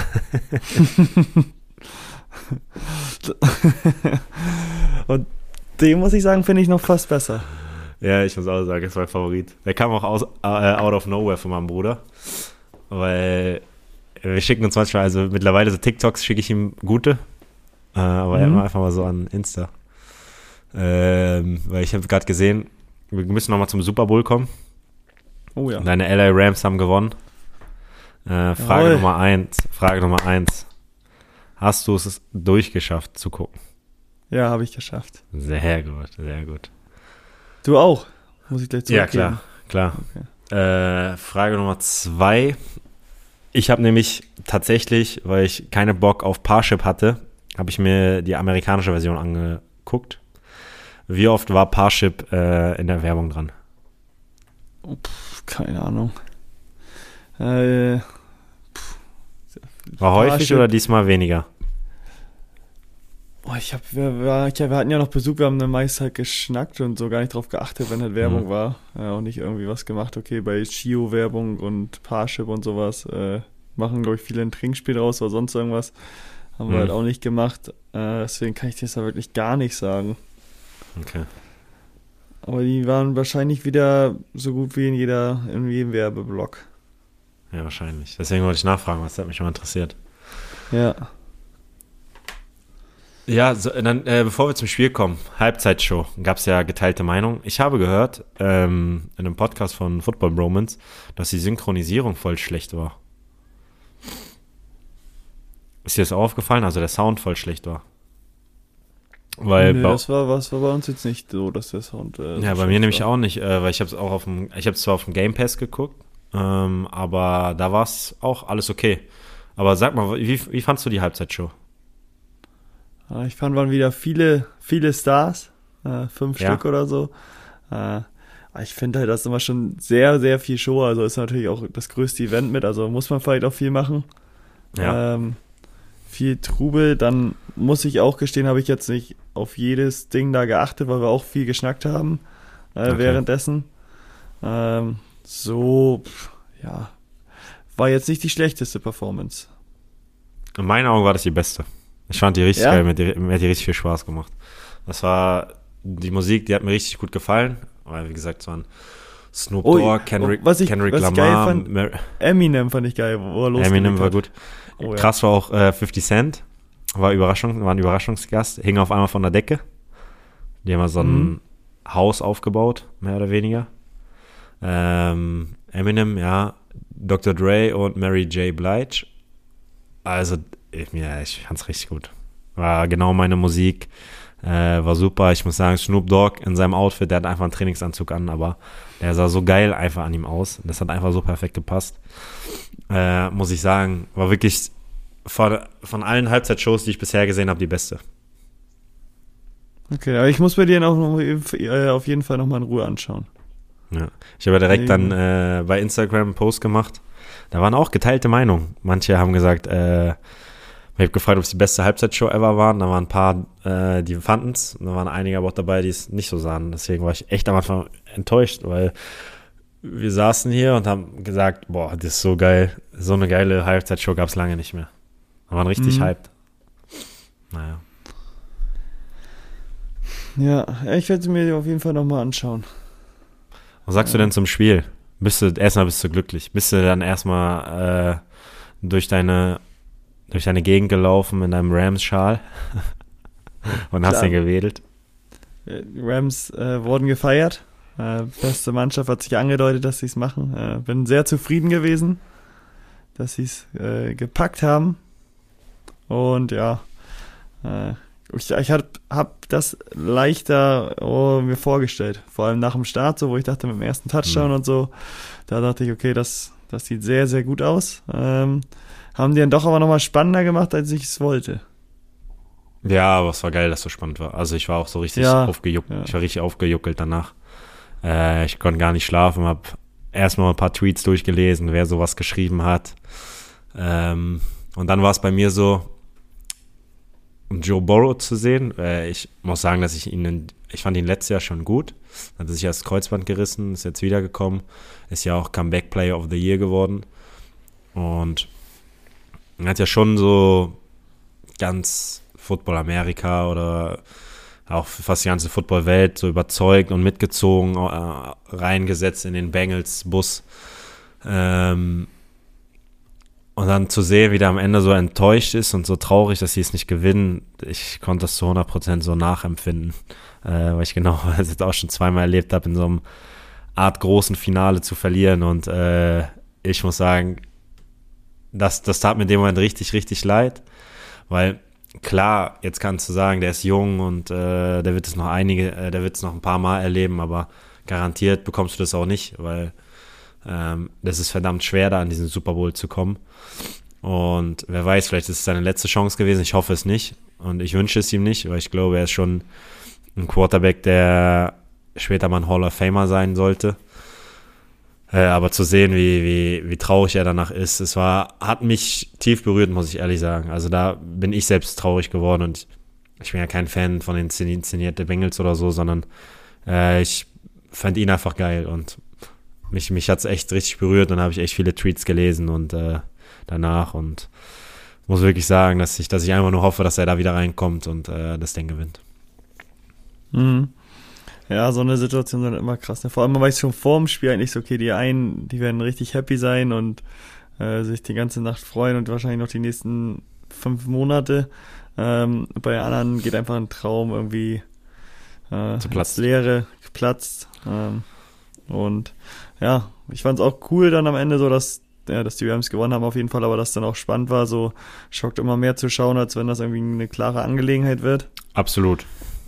Und den muss ich sagen, finde ich noch fast besser. Ja, ich muss auch sagen, das ist mein Favorit. Der kam auch out of nowhere von meinem Bruder. Weil wir schicken uns manchmal, also mittlerweile so TikToks schicke ich ihm gute. Aber immer einfach mal so an Insta. Weil ich habe gerade gesehen, wir müssen nochmal zum Super Bowl kommen. Oh ja. Deine LA Rams haben gewonnen. Frage Nummer 1. Hast du es durchgeschafft zu gucken? Ja, habe ich geschafft. Sehr gut, sehr gut. Du auch? Muss ich gleich Ja, zurückgeben? klar. Okay. Frage Nummer 2. Ich habe nämlich tatsächlich, weil ich keine Bock auf Parship hatte, habe ich mir die amerikanische Version angeguckt. Wie oft war Parship in der Werbung dran? Keine Ahnung. War häufig Parship. oder diesmal weniger? Wir hatten ja noch Besuch, wir haben dann meist halt geschnackt und so gar nicht drauf geachtet, wenn halt Werbung war. Auch nicht irgendwie was gemacht. Okay, bei Chio-Werbung und Parship und sowas machen, glaube ich, viele ein Trinkspiel draus oder sonst irgendwas. Haben wir halt auch nicht gemacht. Deswegen kann ich dir das da wirklich gar nicht sagen. Okay. Aber die waren wahrscheinlich wieder so gut wie in jedem Werbeblock. Ja, wahrscheinlich. Deswegen wollte ich nachfragen, was hat mich mal interessiert. Ja. Ja, dann bevor wir zum Spiel kommen, Halbzeitshow, gab es ja geteilte Meinung. Ich habe gehört, in einem Podcast von Football Bromance, dass die Synchronisierung voll schlecht war. Ist dir das auch aufgefallen? Also der Sound voll schlecht war. Weil das war bei uns jetzt nicht so, dass der Sound ja, bei mir nämlich auch nicht, weil ich habe es zwar auf dem Game Pass geguckt, aber da war es auch alles okay. Aber sag mal, wie fandst du die Halbzeitshow? Ich fand, waren wieder viele Stars, 5 Stück oder so. Ich finde halt, das ist immer schon sehr, sehr viel Show, also ist natürlich auch das größte Event mit, also muss man vielleicht auch viel machen. Ja. Viel Trubel, dann muss ich auch gestehen, habe ich jetzt nicht auf jedes Ding da geachtet, weil wir auch viel geschnackt haben währenddessen. Ja, war jetzt nicht die schlechteste Performance. In meinen Augen war das die beste. Ich fand die richtig geil, mir hat die richtig viel Spaß gemacht. Das war die Musik, die hat mir richtig gut gefallen, weil wie gesagt, es waren Snoop Dogg, Kendrick Lamar. Geil fand, Eminem fand ich geil, wo er losgelegt Eminem war hat. Gut. Krass war auch 50 Cent, war ein Überraschungsgast, hing auf einmal von der Decke. Die haben mal so ein Haus aufgebaut, mehr oder weniger. Eminem, ja, Dr. Dre und Mary J. Blige. Also, ich fand's richtig gut. War genau meine Musik, war super. Ich muss sagen, Snoop Dogg in seinem Outfit, der hat einfach einen Trainingsanzug an, aber der sah so geil einfach an ihm aus. Das hat einfach so perfekt gepasst. Muss ich sagen, war wirklich von allen Halbzeitshows, die ich bisher gesehen habe, die beste. Okay, aber ich muss mir den auch auf jeden Fall nochmal in Ruhe anschauen. Ja. Ich habe ja direkt dann bei Instagram einen Post gemacht. Da waren auch geteilte Meinungen. Manche haben gesagt, ich habe gefragt, ob es die beste Halbzeitshow ever waren. Da waren ein paar, die fanden es. Da waren einige aber auch dabei, die es nicht so sahen. Deswegen war ich echt am Anfang enttäuscht, weil wir saßen hier und haben gesagt, boah, das ist so geil. So eine geile Halbzeitshow gab es lange nicht mehr. Wir waren richtig hyped. Naja. Ja, ich werde sie mir auf jeden Fall nochmal anschauen. Was sagst du denn zum Spiel? Bist du glücklich? Bist du dann erstmal durch deine Gegend gelaufen in deinem Rams-Schal und hast den gewedelt? Die Rams wurden gefeiert. Beste Mannschaft hat sich angedeutet, dass sie es machen. Bin sehr zufrieden gewesen, dass sie es gepackt haben. Und ja, ich hab das leichter mir vorgestellt. Vor allem nach dem Start, so wo ich dachte mit dem ersten Touchdown und so, da dachte ich, okay, das sieht sehr, sehr gut aus. Haben die dann doch aber nochmal spannender gemacht, als ich es wollte. Ja, aber es war geil, dass es so spannend war. Also ich war auch so richtig aufgejuckelt. Ja. Ich war richtig aufgejuckelt danach. Ich konnte gar nicht schlafen, habe erstmal ein paar Tweets durchgelesen, wer sowas geschrieben hat. Und dann war es bei mir so, um Joe Burrow zu sehen. Ich muss sagen, dass ich fand ihn letztes Jahr schon gut. Hat sich das Kreuzband gerissen, ist jetzt wiedergekommen. Ist ja auch Comeback Player of the Year geworden. Und er hat ja schon so ganz Football Amerika oder auch fast die ganze Football-Welt so überzeugt und mitgezogen, reingesetzt in den Bengals-Bus. Und dann zu sehen, wie der am Ende so enttäuscht ist und so traurig, dass sie es nicht gewinnen, ich konnte das zu 100% so nachempfinden. Weil ich genau das jetzt auch schon zweimal erlebt habe, in so einem Art großen Finale zu verlieren. Und ich muss sagen, das tat mir in dem Moment richtig, richtig leid. Weil klar, jetzt kannst du sagen, der ist jung und der wird es noch ein paar Mal erleben, aber garantiert bekommst du das auch nicht, weil Das ist verdammt schwer, da an diesen Super Bowl zu kommen. Und wer weiß, vielleicht ist es seine letzte Chance gewesen. Ich hoffe es nicht. Und ich wünsche es ihm nicht, weil ich glaube, er ist schon ein Quarterback, der später mal ein Hall of Famer sein sollte. Aber zu sehen, wie traurig er danach ist, hat mich tief berührt, muss ich ehrlich sagen. Also da bin ich selbst traurig geworden und ich bin ja kein Fan von den inszenierte Bengals oder so, sondern ich fand ihn einfach geil und mich hat es echt richtig berührt. Dann habe ich echt viele Tweets gelesen und danach und muss wirklich sagen, dass ich einfach nur hoffe, dass er da wieder reinkommt und das Ding gewinnt. Mhm. Ja, so eine Situation ist immer krass. Ne? Vor allem, man weiß schon vor dem Spiel eigentlich so, okay, die werden richtig happy sein und sich die ganze Nacht freuen und wahrscheinlich noch die nächsten 5 Monate. Bei anderen geht einfach ein Traum irgendwie ins Leere, geplatzt. Und ja, ich fand es auch cool dann am Ende so, dass die Rams gewonnen haben auf jeden Fall, aber dass dann auch spannend war, so schockt immer mehr zu schauen, als wenn das irgendwie eine klare Angelegenheit wird. Absolut.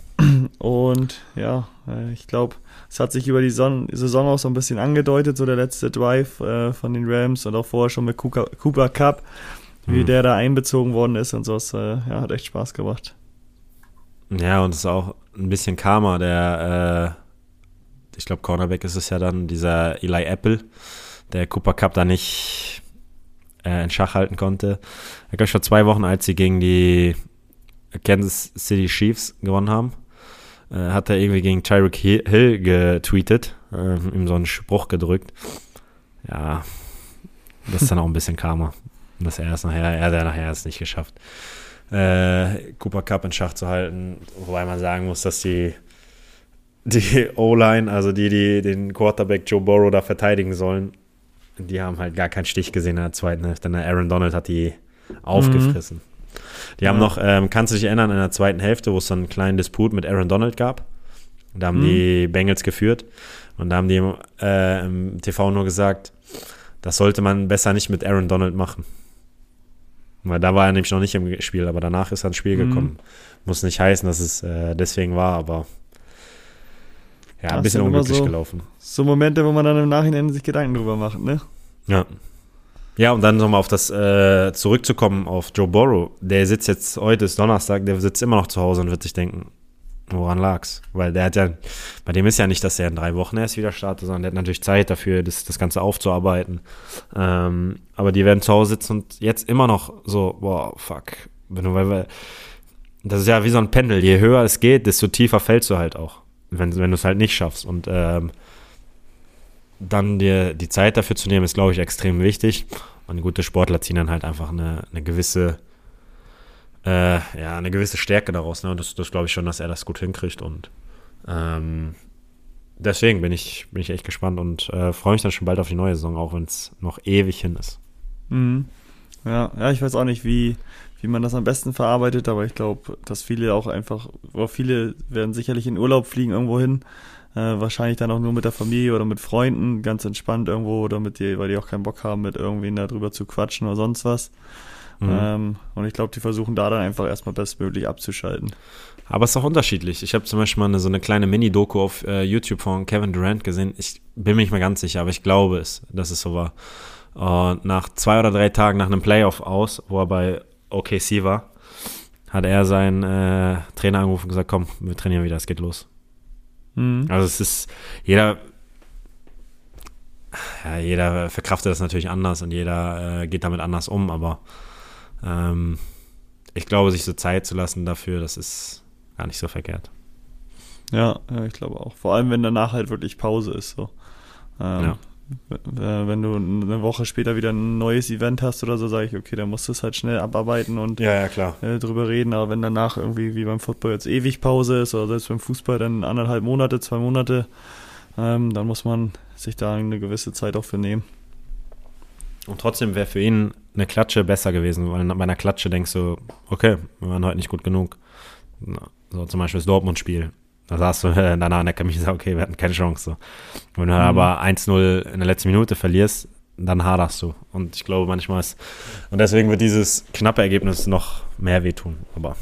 Und ja, ich glaube, es hat sich über die Saison auch so ein bisschen angedeutet, so der letzte Drive von den Rams und auch vorher schon mit Cooper Kupp, wie der da einbezogen worden ist und so. Hat echt Spaß gemacht. Ja, und es ist auch ein bisschen Karma, ich glaube, Cornerback ist es ja dann, dieser Eli Apple, der Cooper Kupp da nicht in Schach halten konnte. Ich glaube, vor 2 Wochen, als sie gegen die Kansas City Chiefs gewonnen haben, hat er irgendwie gegen Tyreek Hill getweetet, ihm so einen Spruch gedrückt. Ja, das ist dann auch ein bisschen Karma. Dass er hat nachher es nicht geschafft, Cooper Kupp in Schach zu halten, wobei man sagen muss, dass die O-Line, also die den Quarterback Joe Burrow da verteidigen sollen, die haben halt gar keinen Stich gesehen in der zweiten Hälfte, denn der Aaron Donald hat die aufgefressen. Die haben noch, kannst du dich erinnern, in der zweiten Hälfte, wo es so einen kleinen Disput mit Aaron Donald gab, da haben die Bengals geführt und da haben die im TV nur gesagt, das sollte man besser nicht mit Aaron Donald machen. Weil da war er nämlich noch nicht im Spiel, aber danach ist er ins Spiel gekommen. Muss nicht heißen, dass es deswegen war, aber ja, ein bisschen unglücklich gelaufen. So Momente, wo man dann im Nachhinein sich Gedanken drüber macht, ne? Ja. Ja, und dann nochmal auf das zurückzukommen auf Joe Burrow. Der sitzt jetzt, heute ist Donnerstag, der sitzt immer noch zu Hause und wird sich denken, woran lag's? Weil der hat ja, bei dem ist ja nicht, dass er in 3 Wochen erst wieder startet, sondern der hat natürlich Zeit dafür, das Ganze aufzuarbeiten. Aber die werden zu Hause sitzen und jetzt immer noch so, boah, fuck. Weil das ist ja wie so ein Pendel. Je höher es geht, desto tiefer fällst du halt auch, wenn du es halt nicht schaffst. Und dann dir die Zeit dafür zu nehmen, ist, glaube ich, extrem wichtig. Und gute Sportler ziehen dann halt einfach eine gewisse Stärke daraus. Ne? Und das glaube ich schon, dass er das gut hinkriegt. Und deswegen bin ich echt gespannt und freue mich dann schon bald auf die neue Saison, auch wenn es noch ewig hin ist. Mhm. Ja, ich weiß auch nicht, wie man das am besten verarbeitet, aber ich glaube, dass viele werden sicherlich in Urlaub fliegen irgendwo hin, wahrscheinlich dann auch nur mit der Familie oder mit Freunden, ganz entspannt irgendwo oder weil die auch keinen Bock haben, mit irgendwen darüber zu quatschen oder sonst was. Und ich glaube, die versuchen da dann einfach erstmal bestmöglich abzuschalten. Aber es ist auch unterschiedlich. Ich habe zum Beispiel mal so eine kleine Mini-Doku auf YouTube von Kevin Durant gesehen. Ich bin mir nicht mehr ganz sicher, aber ich glaube dass es so war. Und nach 2 oder 3 Tagen nach einem Playoff aus, wo er bei OKC war, hat er seinen Trainer angerufen und gesagt, komm, wir trainieren wieder, es geht los. Also es ist, jeder verkraftet das natürlich anders und jeder geht damit anders um, aber ich glaube, sich so Zeit zu lassen dafür, das ist gar nicht so verkehrt. Ja, ich glaube auch. Vor allem, wenn danach halt wirklich Pause ist. So. Ja. Wenn du eine Woche später wieder ein neues Event hast oder so, sage ich, okay, dann musst du es halt schnell abarbeiten und klar. Drüber reden. Aber wenn danach irgendwie wie beim Football jetzt ewig Pause ist oder selbst beim Fußball dann 1,5 Monate, 2 Monate, dann muss man sich da eine gewisse Zeit auch für nehmen. Und trotzdem wäre für ihn eine Klatsche besser gewesen, weil bei einer Klatsche denkst du, okay, wir waren heute nicht gut genug. So zum Beispiel das Dortmund-Spiel. Da saß du danach in der Kabine und sagst, okay, wir hatten keine Chance. So. Wenn du aber 1-0 in der letzten Minute verlierst, dann haderst du. Und ich glaube manchmal und deswegen wird dieses knappe Ergebnis noch mehr wehtun. Aber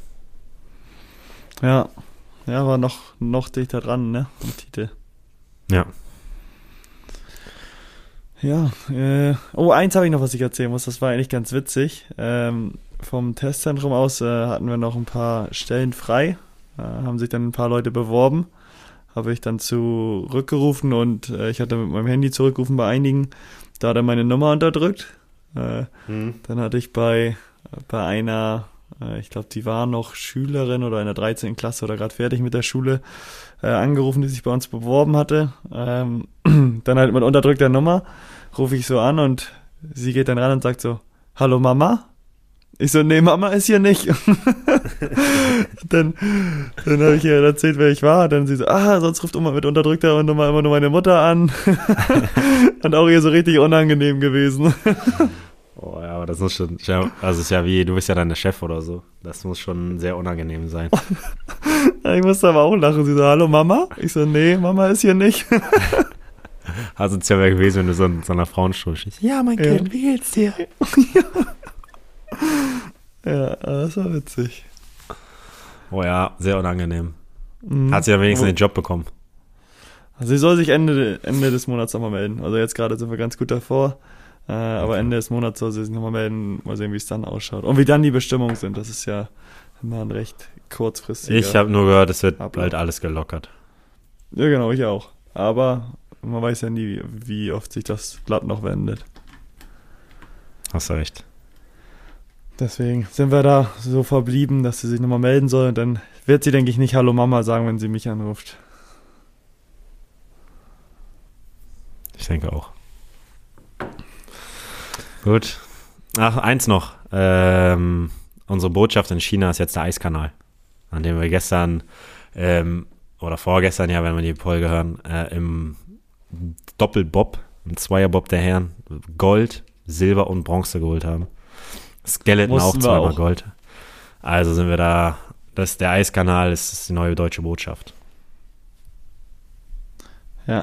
ja, war noch dichter dran, ne, am Titel. Ja. Ja, eins habe ich noch, was ich erzählen muss. Das war eigentlich ganz witzig. Vom Testzentrum aus hatten wir noch ein paar Stellen frei. Haben sich dann ein paar Leute beworben. Habe ich dann zurückgerufen und ich hatte mit meinem Handy zurückgerufen bei einigen. Da hat er meine Nummer unterdrückt. Dann hatte ich bei einer, ich glaube, die war noch Schülerin oder in der 13. Klasse oder gerade fertig mit der Schule, angerufen, die sich bei uns beworben hatte. Dann halt mit unterdrückter Nummer rufe ich so an und sie geht dann ran und sagt so, hallo Mama? Ich so, nee, Mama ist hier nicht. Dann habe ich ihr erzählt, wer ich war. Dann sie so, sonst ruft Oma mit unterdrückter Nummer immer nur meine Mutter an. Und auch ihr so richtig unangenehm gewesen. Oh ja, aber das muss schon, also ist ja wie, du bist ja dann der Chef oder so. Das muss schon sehr unangenehm sein. Ich musste aber auch lachen. Sie so, hallo Mama? Ich so, nee, Mama ist hier nicht. Also es ja gewesen, wenn du so einer Frauenshow stehst. Ja, mein Kind, wie geht's dir? Ja, das war witzig. Oh ja, sehr unangenehm. Hat sie ja wenigstens den Job bekommen. Also sie soll sich Ende des Monats nochmal melden. Also jetzt gerade sind wir ganz gut davor. Aber Ende des Monats soll sie sich nochmal melden. Mal sehen, wie es dann ausschaut. Und wie dann die Bestimmungen sind. Das ist ja immer ein recht kurzfristiger Ich habe nur gehört, es wird Ablauf. bald alles gelockert. Ja genau, ich auch. Aber man weiß ja nie, wie oft sich das Blatt noch wendet. Hast du recht. Deswegen sind wir da so verblieben, dass sie sich nochmal melden soll. Und dann wird sie, denke ich, nicht Hallo Mama sagen, wenn sie mich anruft. Ich denke auch. Gut. Ach, eins noch. Unsere Botschaft in China ist jetzt der Eiskanal, an dem wir gestern oder vorgestern, ja, wenn wir die Folge hören, im Doppelbob, im Zweierbob der Herren, Gold, Silber und Bronze geholt haben. Skeleton Mussten auch wir zweimal auch. Gold. Also sind wir da, der Eiskanal ist die neue deutsche Botschaft. Ja.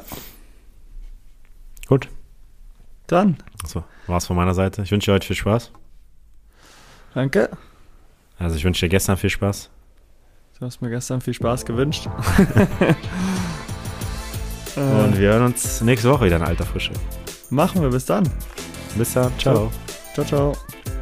Gut. Dann. Das war's von meiner Seite. Ich wünsche dir heute viel Spaß. Danke. Also ich wünsche dir gestern viel Spaß. Du hast mir gestern viel Spaß gewünscht. Und wir hören uns nächste Woche wieder in alter Frische. Machen wir. Bis dann. Bis dann. Ciao. Ciao, ciao.